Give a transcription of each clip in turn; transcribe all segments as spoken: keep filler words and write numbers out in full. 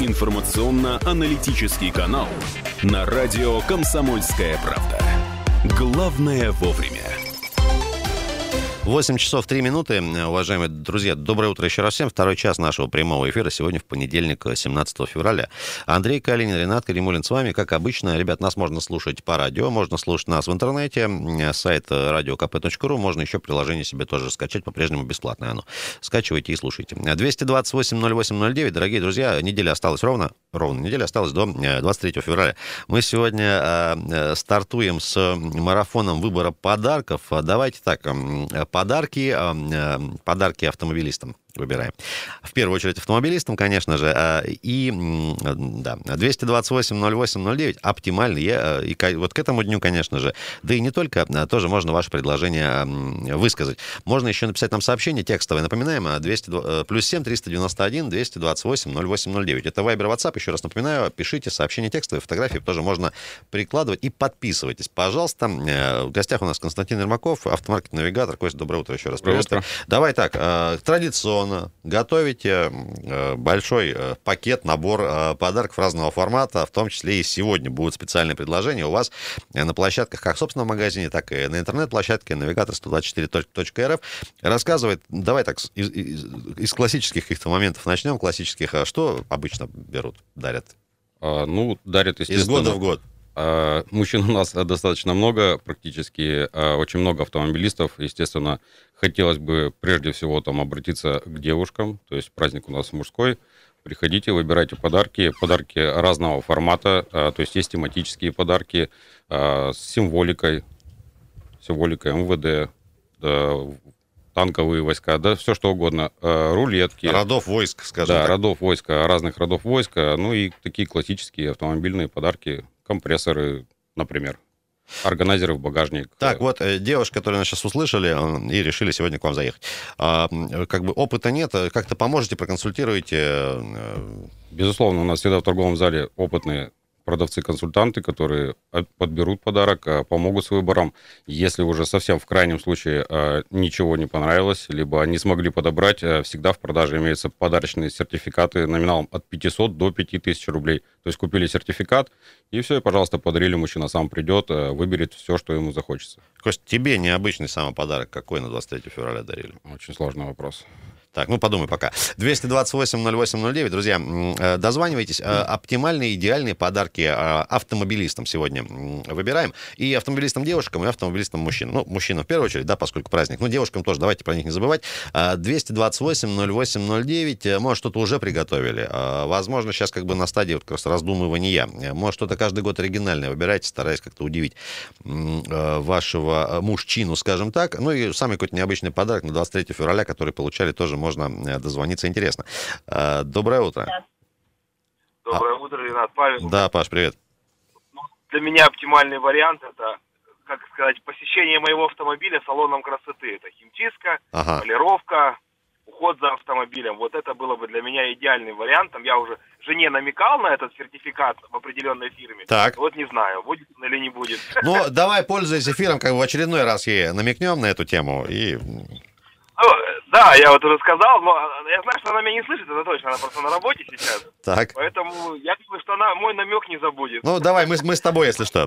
информационно-аналитический канал на радио «Комсомольская правда». Главное вовремя. восемь часов три минуты. Уважаемые друзья, доброе утро еще раз всем. Второй час нашего прямого эфира сегодня в понедельник, семнадцатого февраля. Андрей Калинин, Ренат Каримулин с вами. Как обычно, ребят, нас можно слушать по радио, можно слушать нас в интернете, сайт радио ка пэ точка ру, можно еще приложение себе тоже скачать, по-прежнему бесплатное оно. Скачивайте и слушайте. двести двадцать восемь ноль восемь ноль девять, дорогие друзья, неделя осталась ровно, ровно неделя осталась до двадцать третьего февраля. Мы сегодня э, стартуем с марафоном выбора подарков. Давайте так, подарки, подарки автомобилистам выбираем. В первую очередь автомобилистам, конечно же. И да, двести двадцать восемь ноль восемь ноль девять оптимальный. И вот к этому дню, конечно же, да и не только, тоже можно ваше предложение высказать. Можно еще написать нам сообщение текстовое. Напоминаем, двести, плюс семь триста девяносто один двести двадцать восемь ноль восемь ноль девять. Это Viber, WhatsApp. Еще раз напоминаю, пишите сообщение текстовое, фотографии тоже можно прикладывать. И подписывайтесь, пожалуйста. В гостях у нас Константин Ермаков, автомаркет «Навигатор». Костя, доброе утро еще раз. Приветствую. Давай так, традиционно готовите большой пакет, набор подарков разного формата, в том числе и сегодня будут специальные предложения у вас на площадках как в собственном магазине, так и на интернет-площадке навигатор сто двадцать четыре точка эр эф. Рассказывает, давай так, из, из, из классических каких-то моментов начнем, классических, что обычно берут, дарят? А, ну, дарят, естественно... Из года в год. А, мужчин у нас достаточно много, практически а, очень много автомобилистов. Естественно, хотелось бы прежде всего там обратиться к девушкам, то есть праздник у нас мужской. Приходите, выбирайте подарки, подарки разного формата, а, то есть есть тематические подарки а, с символикой, символикой эм вэ дэ, да, танковые войска, да, все что угодно, а, рулетки. Родов войск, скажем да, так. родов войска, разных родов войска, ну и такие классические автомобильные подарки, компрессоры, например, органайзеры в багажник. Так, вот девушка, которую нас сейчас услышали и решили сегодня к вам заехать. А, как бы опыта нет, как-то поможете, проконсультируете? Безусловно, у нас всегда в торговом зале опытные продавцы-консультанты, которые подберут подарок, помогут с выбором. Если уже совсем в крайнем случае ничего не понравилось, либо не смогли подобрать, всегда в продаже имеются подарочные сертификаты номиналом от пятисот до пяти тысяч рублей. То есть купили сертификат, и все, и, пожалуйста, подарили, мужчина сам придет, выберет все, что ему захочется. Кость, тебе необычный самый подарок какой на двадцать третьего февраля дарили? Очень сложный вопрос. Так, ну подумай пока. двести двадцать восемь ноль восемь ноль девять, друзья, дозванивайтесь. Оптимальные, идеальные подарки автомобилистам сегодня выбираем. И автомобилистам девушкам, и автомобилистам мужчинам. Ну, мужчинам в первую очередь, да, поскольку праздник. Ну, девушкам тоже, давайте про них не забывать. двести двадцать восемь ноль восемь ноль девять, может, что-то уже приготовили. Возможно, сейчас как бы на стадии вот как раз раздумывания. Может, что-то каждый год оригинальное выбирайте, стараясь как-то удивить вашего мужчину, скажем так. Ну, и самый какой-то необычный подарок на двадцать третьего февраля, который получали тоже можно дозвониться, интересно. Доброе утро. Доброе а... утро, Ренат, Павел. Да, Паш, привет. Ну, для меня оптимальный вариант — это, как сказать, посещение моего автомобиля салоном красоты. Это химчистка, ага. полировка, уход за автомобилем. Вот это было бы для меня идеальным вариантом. Я уже жене намекал на этот сертификат в определенной фирме. Так. Вот не знаю, будет он или не будет. Ну, давай, пользуясь эфиром, как бы в очередной раз ей намекнем на эту тему и... Ну, да, я вот уже сказал, но я знаю, что она меня не слышит, это точно, она просто на работе сейчас. Так. Поэтому я думаю, что она мой намек не забудет. Ну, давай, мы, мы с тобой, если что.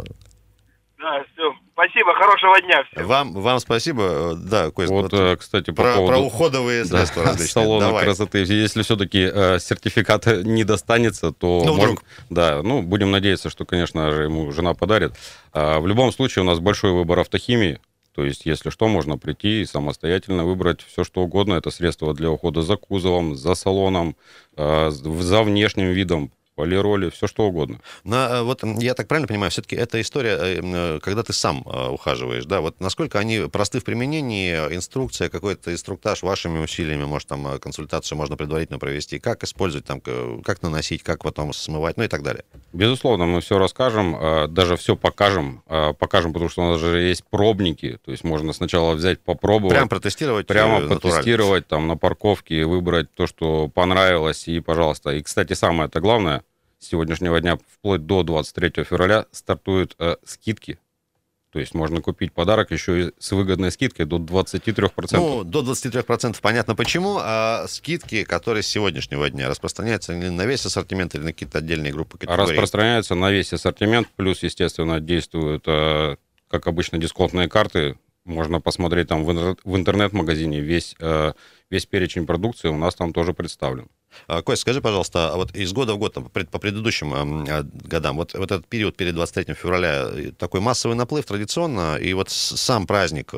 Да, все. Спасибо, хорошего дня всем. Вам, вам спасибо. Да, Кость, вот, вот, кстати, по про, поводу... про уходовые средства да, различные. Салона давай. красоты. Если все-таки э, сертификат не достанется, то... Ну, можем, да, ну, будем надеяться, что, конечно же, ему жена подарит. А, в любом случае, у нас большой выбор автохимии. То есть, если что, можно прийти и самостоятельно выбрать все, что угодно. Это средства для ухода за кузовом, за салоном, за внешним видом, полироли, все что угодно. Но вот я так правильно понимаю, все-таки эта история, когда ты сам ухаживаешь, да, вот насколько они просты в применении, инструкция, какой-то инструктаж вашими усилиями, может, там консультацию можно предварительно провести, как использовать, там, как наносить, как потом смывать, ну и так далее. Безусловно, мы все расскажем, даже все покажем, покажем, потому что у нас же есть пробники, то есть можно сначала взять, попробовать. Прямо протестировать. Прямо натурально. протестировать, там, на парковке, выбрать то, что понравилось, и, пожалуйста. И, кстати, самое-то главное, с сегодняшнего дня вплоть до двадцать третьего февраля стартуют э, скидки То есть можно купить подарок еще и с выгодной скидкой до двадцати трёх процентов. Ну, до двадцати трёх процентов понятно почему. А скидки, которые с сегодняшнего дня распространяются на весь ассортимент или на какие-то отдельные группы категорий? Распространяются на весь ассортимент, плюс, естественно, действуют, как обычно, дисконтные карты. Можно посмотреть там в интернет-магазине весь, весь перечень продукции у нас там тоже представлен. Кость, скажи, пожалуйста, вот из года в год, там, по предыдущим годам, вот, вот этот период перед двадцать третьим февраля, такой массовый наплыв традиционно, и вот сам праздник,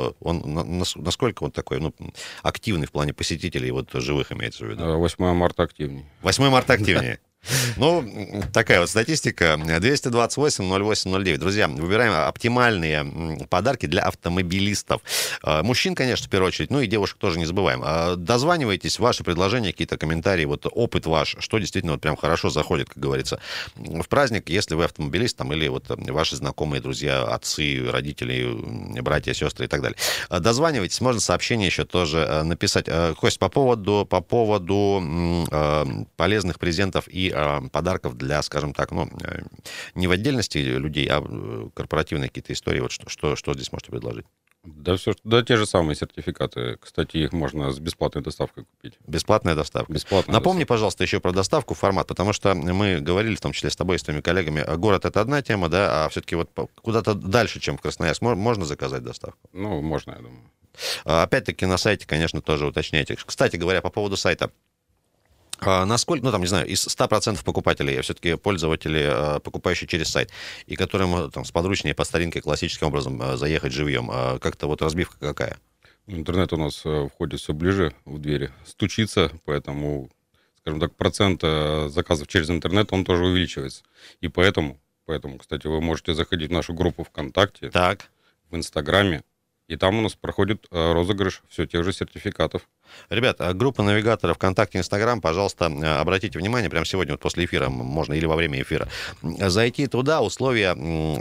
он насколько он такой, ну, активный в плане посетителей, вот живых имеется в виду? восьмое марта активнее. восьмое марта активнее. Ну, такая вот статистика. двести двадцать восемь ноль восемь ноль девять. Друзья, выбираем оптимальные подарки для автомобилистов. Мужчин, конечно, в первую очередь, ну и девушек тоже не забываем. Дозванивайтесь, ваши предложения, какие-то комментарии, вот опыт ваш, что действительно вот прям хорошо заходит, как говорится, в праздник, если вы автомобилист, там, или вот ваши знакомые, друзья, отцы, родители, братья, сестры и так далее. Дозванивайтесь, можно сообщение еще тоже написать. Кость, по поводу, по поводу полезных презентов и подарков для, скажем так, ну, не в отдельности людей, а корпоративные какие-то истории. Вот что, что, что здесь можете предложить? Да, все, да, те же самые сертификаты. Кстати, их можно с бесплатной доставкой купить. Бесплатная доставка. Бесплатная Напомни, доставка. Пожалуйста, еще про доставку, формат, потому что мы говорили, в том числе с тобой и с твоими коллегами, город — это одна тема, да, а все-таки вот куда-то дальше, чем в Красноярск, можно заказать доставку? Ну, можно, я думаю. Опять-таки на сайте, конечно, тоже уточняйте. Кстати говоря, по поводу сайта. Насколько, ну, там, не знаю, из ста процентов покупателей, все-таки пользователи, покупающие через сайт, и которым там сподручнее по старинке классическим образом заехать живьем, как-то вот разбивка какая? Интернет у нас входит все ближе в двери, стучится, поэтому, скажем так, процент заказов через интернет, он тоже увеличивается. И поэтому, поэтому, кстати, вы можете заходить в нашу группу ВКонтакте, так. в Инстаграме, и там у нас проходит розыгрыш все тех же сертификатов. Ребят, группа навигатора ВКонтакте, Инстаграм, пожалуйста, обратите внимание, прямо сегодня, вот после эфира, можно или во время эфира, зайти туда, условия,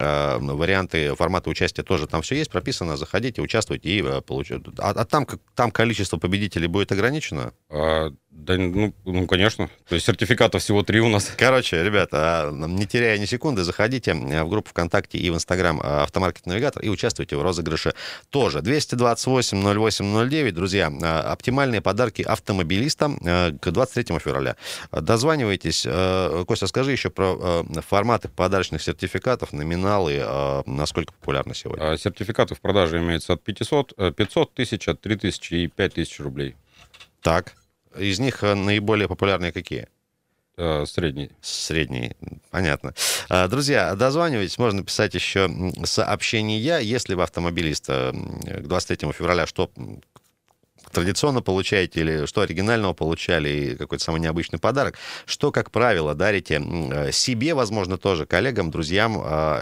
варианты, форматы участия тоже там все есть, прописано, заходите, участвуйте и получите. А, а там, там количество победителей будет ограничено? А, да, ну, ну, конечно. То есть сертификатов всего три у нас. Короче, ребята, не теряя ни секунды, заходите в группу ВКонтакте и в Инстаграм «Автомаркет Навигатор» и участвуйте в розыгрыше тоже. двести двадцать восемь ноль восемь ноль девять, друзья, оптимальные подарки автомобилистам к двадцать третьему февраля. Дозванивайтесь. Костя, скажи еще про форматы подарочных сертификатов, номиналы, насколько популярны сегодня? Сертификаты в продаже имеются от пятисот, пятьсот тысяч, от три тысячи и пять тысяч рублей. Так. Из них наиболее популярные какие? Средний. Средний, понятно. Друзья, дозванивайтесь, можно писать еще сообщения. Если вы автомобилист к двадцать третьему февраля, что традиционно получаете или что оригинального получали, и какой-то самый необычный подарок, что, как правило, дарите себе, возможно, тоже коллегам, друзьям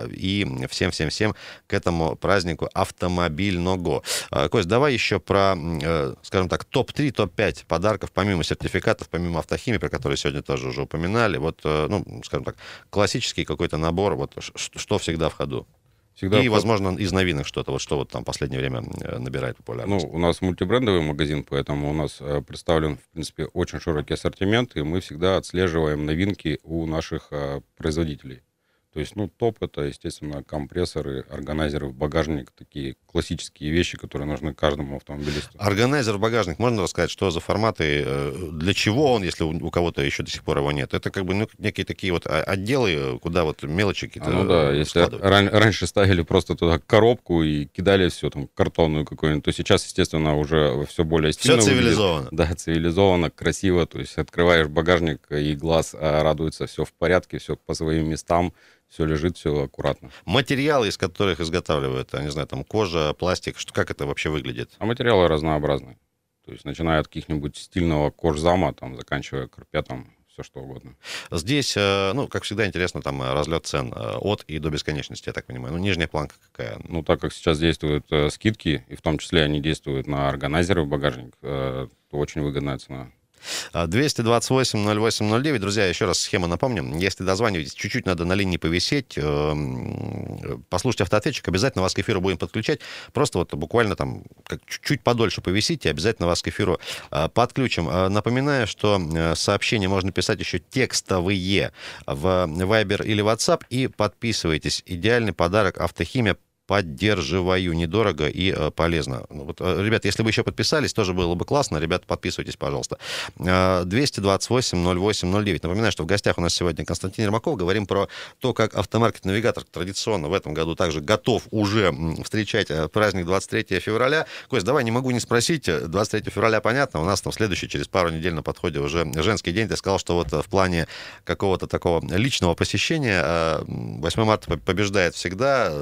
и всем-всем-всем к этому празднику автомобильного. Кость, давай еще про, скажем так, топ три, топ пять подарков, помимо сертификатов, помимо автохимии, про которые сегодня тоже уже упоминали. Вот, ну, скажем так, классический какой-то набор, вот что всегда в ходу. Всегда и, в... возможно, из новинок что-то, вот что вот там в последнее время набирает популярность. Ну, у нас мультибрендовый магазин, поэтому у нас представлен, в принципе, очень широкий ассортимент, и мы всегда отслеживаем новинки у наших производителей. То есть, ну, топ — это, естественно, компрессоры, органайзеры в багажник, такие классические вещи, которые нужны каждому автомобилисту. Органайзер в багажник, можно рассказать, что за форматы, для чего он, если у кого-то еще до сих пор его нет? Это как бы, ну, некие такие вот отделы, куда вот мелочи какие-то а, ну да, если ран- раньше ставили просто туда коробку и кидали все, там, картонную какую-нибудь, то сейчас, естественно, уже все более стильно. Все цивилизованно. Выглядит. Да, цивилизованно, красиво, то есть открываешь багажник, и глаз радуется, все в порядке, все по своим местам. Все лежит, все аккуратно. Материалы, из которых изготавливают, я не знаю, там кожа, пластик, что, как это вообще выглядит? А материалы разнообразные. То есть, начиная от каких-нибудь стильного кожзама, там, заканчивая карпетом, все что угодно. Здесь, ну, как всегда, интересно, там разлет цен от и до бесконечности, я так понимаю. Ну, нижняя планка какая? Ну, так как сейчас действуют э, скидки, и в том числе они действуют на органайзеры в багажник, э, то очень выгодная цена. двести двадцать восемь ноль восемь ноль девять. Друзья, еще раз схему напомним. Если дозваниваетесь, чуть-чуть надо на линии повисеть, послушайте автоответчик, обязательно вас к эфиру будем подключать. Просто вот буквально там как чуть-чуть подольше повисите, обязательно вас к эфиру подключим. Напоминаю, что сообщения можно писать еще текстовые в Viber или WhatsApp, и подписывайтесь. Идеальный подарок «Автохимия». поддерживаю. Недорого и полезно. Вот, ребята, если вы еще подписались, тоже было бы классно. Ребята, подписывайтесь, пожалуйста. двести двадцать восемь ноль восемь ноль девять. Напоминаю, что в гостях у нас сегодня Константин Ермаков. Говорим про то, как автомаркет «Навигатор» традиционно в этом году также готов уже встречать праздник двадцать третьего февраля. Кость, давай, не могу не спросить. двадцать третьего февраля, понятно, у нас там следующий, через пару недель на подходе уже женский день. Ты сказал, что вот в плане какого-то такого личного посещения восьмое марта побеждает всегда.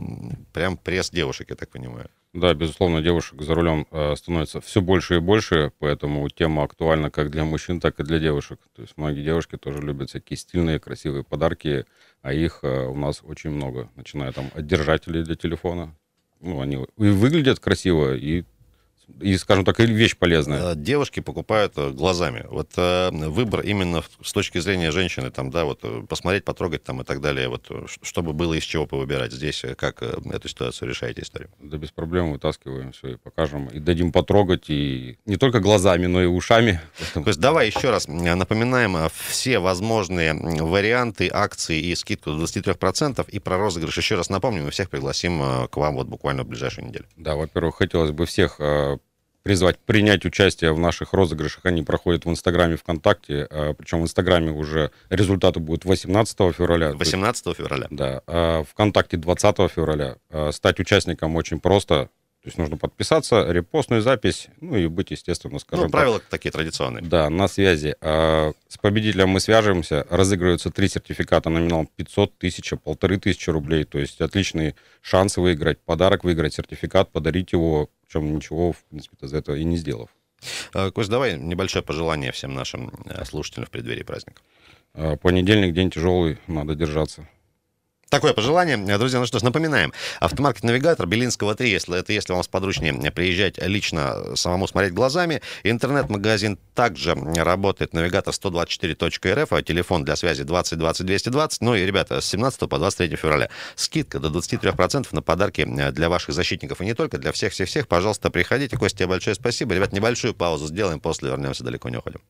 Прям пресс девушек, я так понимаю. Да, безусловно, девушек за рулем э, становится все больше и больше, поэтому тема актуальна как для мужчин, так и для девушек. То есть многие девушки тоже любят всякие стильные, красивые подарки, а их э, у нас очень много, начиная там от держателей для телефона. Ну, они и выглядят красиво, и и, скажем так, и вещь полезная. Девушки покупают глазами. Вот э, выбор именно с точки зрения женщины, там, да, вот посмотреть, потрогать там и так далее, вот, чтобы было из чего повыбирать. Здесь как эту ситуацию решаете, историю? Да без проблем вытаскиваем все и покажем, и дадим потрогать, и не только глазами, но и ушами. То есть давай еще раз напоминаем все возможные варианты акций и скидку до двадцати трёх процентов, и про розыгрыш еще раз напомним, и всех пригласим к вам вот буквально в ближайшую неделю. Да, во-первых, хотелось бы всех призвать принять участие в наших розыгрышах. Они проходят в Инстаграме, ВКонтакте. Причем в Инстаграме уже результаты будут восемнадцатого февраля. восемнадцатого февраля? Да. А ВКонтакте двадцатого февраля. Стать участником очень просто. То есть нужно подписаться, репостную запись, ну и быть, естественно, скажем ну, правила так, такие традиционные. Да, на связи. А с победителем мы свяжемся. Разыгрываются три сертификата номиналом пятьсот, тысяча, полторы тысячи рублей. То есть отличный шанс выиграть, подарок выиграть, сертификат, подарить его, причем ничего, в принципе, за это и не сделав. Кость, давай небольшое пожелание всем нашим слушателям в преддверии праздника. Понедельник, день тяжелый, надо держаться. Такое пожелание. Друзья, ну что ж, напоминаем. Автомаркет «Навигатор», Белинского три, если это если вам сподручнее приезжать лично, самому смотреть глазами. Интернет-магазин также работает, навигатор сто двадцать четыре точка эр эф, а телефон для связи двадцать двадцать двести двадцать. Ну и, ребята, с семнадцатого по двадцать третьего февраля скидка до двадцати трёх процентов на подарки для ваших защитников. И не только, для всех-всех-всех. Пожалуйста, приходите. Костя, тебе большое спасибо. Ребят, небольшую паузу сделаем, после вернемся, далеко не уходим.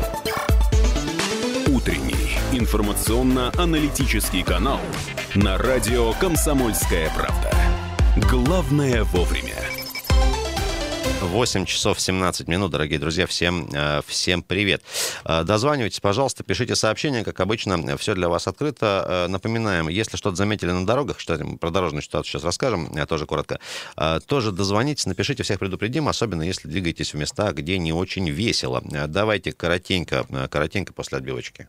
Утренний информационно-аналитический канал на радио «Комсомольская правда». Главное вовремя. восемь часов семнадцать минут, дорогие друзья, всем, всем привет. Дозванивайтесь, пожалуйста, пишите сообщения, как обычно, все для вас открыто. Напоминаем, если что-то заметили на дорогах, что про дорожную ситуацию сейчас расскажем, тоже коротко, тоже дозвонитесь, напишите, всех предупредим, особенно если двигаетесь в места, где не очень весело. Давайте коротенько, коротенько после отбивочки.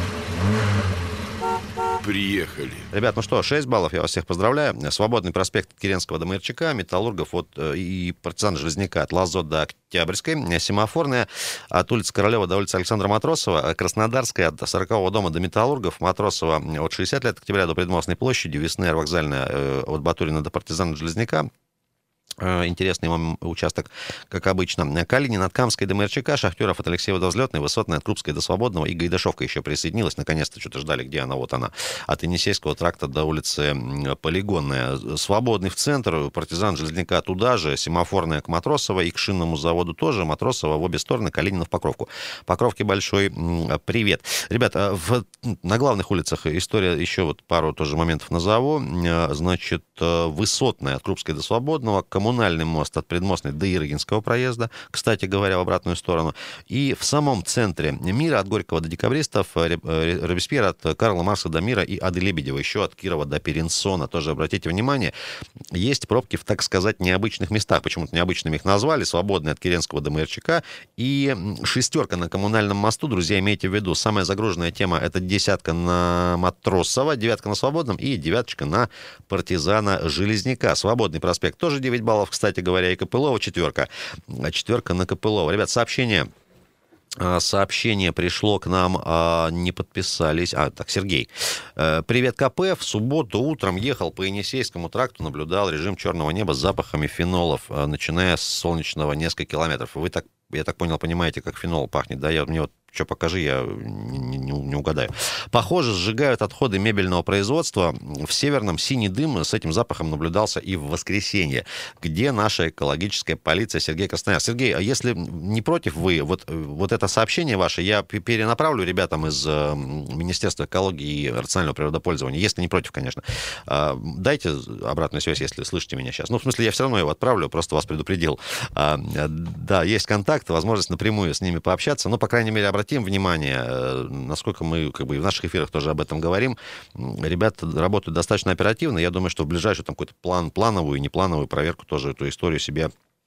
Приехали. Ребят, ну что, шесть баллов, я вас всех поздравляю. Свободный проспект от Керенского до Майорчака, Металлургов вот, и партизан Железняка от Лазо до Октябрьской, Семафорная от улицы Королева до улицы Александра Матросова, Краснодарская от сорокового дома до Металлургов, Матросова от шестидесяти лет октября до Предмостной площади, Весны, Вокзальная от Батурина до партизана Железняка. Интересный вам участок, как обычно. Калинин от Камской до Майорчака, Шахтеров от Алексеева до Взлетной, Высотная от Крупской до Свободного, и Гайдашовка еще присоединилась. Наконец-то что-то ждали, где она, вот она. От Енисейского тракта до улицы Полигонная. Свободный в центр, партизан Железняка туда же, Семафорная к Матросово и к шинному заводу тоже, Матросово в обе стороны, Калинина в Покровку. Покровке большой привет. Ребята, в, на главных улицах история, еще вот пару тоже моментов назову. Значит, Высотная от Крупской до Свободного, Коммунальный мост от Предмостной до Ирыгинского проезда, кстати говоря, в обратную сторону. И в самом центре Мира от Горького до Декабристов, Робеспьера от Карла Маркса до Мира и Ады Лебедева, еще от Кирова до Перенсона. Тоже обратите внимание, есть пробки в, так сказать, необычных местах. Почему-то необычными их назвали. Свободные от Керенского до Майорчака. И шестерка на Коммунальном мосту, друзья, имейте в виду, самая загруженная тема — это десятка на Матросова, девятка на Свободном и девяточка на партизана Железняка. Свободный проспект тоже девять баллов, кстати говоря, и Копылова четверка. Четверка на Копылова. Ребят, сообщение. Сообщение пришло к нам, не подписались. А, так, Сергей. Привет, КП. В субботу утром ехал по Енисейскому тракту, наблюдал режим черного неба с запахами фенолов, начиная с Солнечного несколько километров. Вы так, я так понял, понимаете, как фенол пахнет, да? Я, мне вот что покажи, я не, не, не угадаю. Похоже, сжигают отходы мебельного производства. В Северном синий дым с этим запахом наблюдался и в воскресенье. Где наша экологическая полиция? Сергей Краснояр. Сергей, а если не против вы, вот, вот это сообщение ваше я перенаправлю ребятам из Министерства экологии и рационального природопользования, если не против, конечно. Дайте обратную связь, если слышите меня сейчас. Ну, в смысле, я все равно его отправлю, просто вас предупредил. Да, есть контакт, возможность напрямую с ними пообщаться, но, по крайней мере, обратим внимание, насколько мы как бы и в наших эфирах тоже об этом говорим. Ребята работают достаточно оперативно. Я думаю, что в ближайшую там какой-то план, плановую и неплановую проверку тоже эту историю себе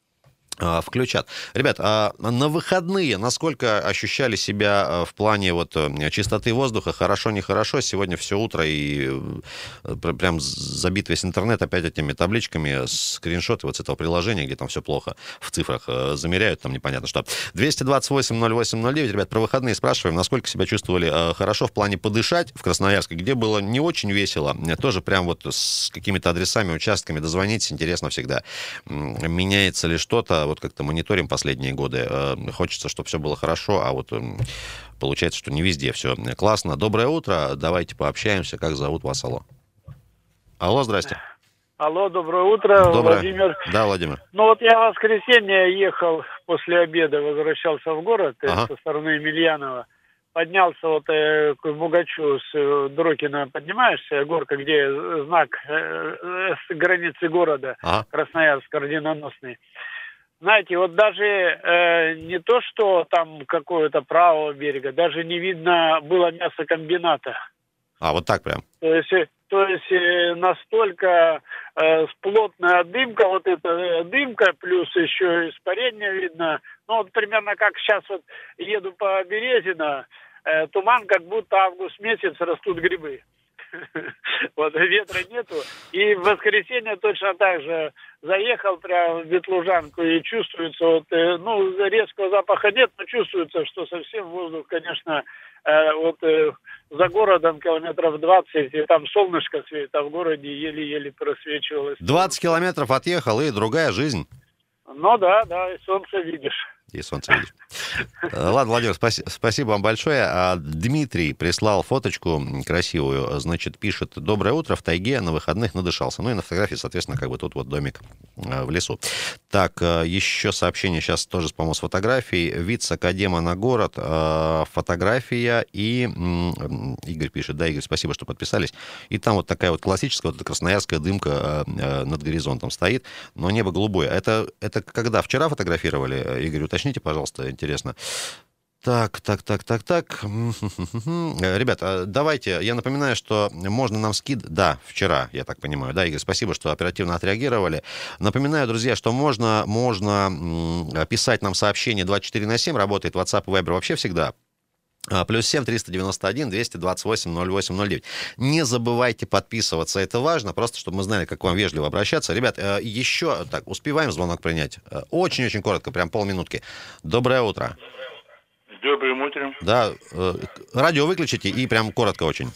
включат. Ребят, а на выходные насколько ощущали себя в плане вот чистоты воздуха? Хорошо, нехорошо? Сегодня все утро и прям забит весь интернет опять этими табличками, скриншоты вот с этого приложения, где там все плохо в цифрах замеряют, там непонятно что. двести двадцать восемь ноль восемь ноль девять, ребят, про выходные спрашиваем, насколько себя чувствовали хорошо в плане подышать в Красноярске, где было не очень весело, тоже прям вот с какими-то адресами, участками дозвонитесь, интересно всегда. Меняется ли что-то? Вот как-то мониторим последние годы. Хочется, чтобы все было хорошо, а вот получается, что не везде все классно. Доброе утро, давайте пообщаемся. Как зовут вас? Алло. Алло, здрасте. Алло, доброе утро, доброе. Владимир. Да, Владимир. Ну вот я в воскресенье ехал после обеда, возвращался в город ага. со стороны Емельянова. Поднялся вот э, к Бугачу с э, Дрокина, поднимаешься, горка, где знак э, с границы города, ага. Красноярск, орденоносный. Знаете, вот даже э, не то, что там какое-то правого берега, даже не видно было мясокомбината. А, вот так прям? То есть, то есть э, настолько э, плотная дымка, вот эта э, дымка, плюс еще испарение видно. Ну, вот примерно как сейчас вот еду по Березино, э, туман, как будто август месяц, растут грибы. Вот, ветра нету. И в воскресенье точно так же заехал прямо в Ветлужанку, и чувствуется, вот, ну, резкого запаха нет, но чувствуется, что совсем воздух, конечно, вот за городом километров двадцать, и там солнышко светит, а в городе еле-еле просвечивалось. двадцать километров отъехал, и другая жизнь. Ну да, да, и солнце видишь. И солнце видишь. Ладно, Владимир, спаси, спасибо вам большое. Дмитрий прислал фоточку красивую, значит, пишет: доброе утро, в тайге на выходных надышался. Ну и на фотографии, соответственно, как бы тут вот домик в лесу. Так, еще сообщение сейчас тоже, по-моему, с фотографией. Вид с академа на город, фотография, и Игорь пишет, да, Игорь, спасибо, что подписались. И там вот такая вот классическая, вот эта красноярская дымка над горизонтом стоит, но небо голубое. Это, это когда? Вчера фотографировали, Игорь, уточните, пожалуйста, интересно. Так, так, так, так, так. Ребята, давайте, я напоминаю, что можно нам скид... Да, вчера, я так понимаю. Да, Игорь, спасибо, что оперативно отреагировали. Напоминаю, друзья, что можно, можно писать нам сообщение двадцать четыре на семь, работает WhatsApp и Viber вообще всегда. Плюс семь триста девяносто один двести двадцать восемь ноль восемь ноль девять. Не забывайте подписываться, это важно, просто чтобы мы знали, как к вам вежливо обращаться. Ребят, еще, так, успеваем звонок принять? Очень-очень коротко, прям полминутки. Доброе утро. Добрым утром. Да, радио выключите и прям коротко очень.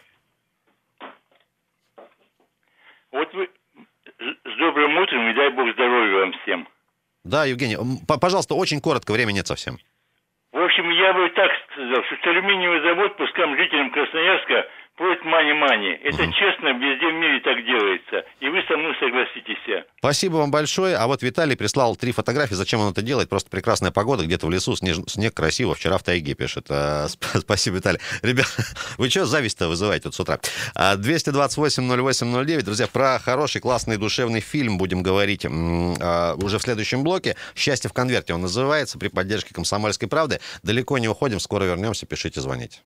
Вот вы с добрым утром и дай бог здоровья вам всем. Да, Евгений, пожалуйста, очень коротко, времени нет совсем. В общем, я бы так сказал, что алюминиевый завод пускам жителям Красноярска просит мани-мани. Это угу. честно, везде в мире так делается. И вы со мной согласитесь. Спасибо вам большое. А вот Виталий прислал три фотографии. Зачем он это делает? Просто прекрасная погода. Где-то в лесу, снег, снег красиво. Вчера в тайге пишет. А, спасибо, Виталий. Ребят, вы что зависть-то вызываете тут с утра? двести двадцать восемь ноль восемь ноль девять. Друзья, про хороший, классный, душевный фильм будем говорить а, уже в следующем блоке. «Счастье в конверте» он называется. При поддержке «Комсомольской правды». Далеко не уходим. Скоро вернемся. Пишите, звоните.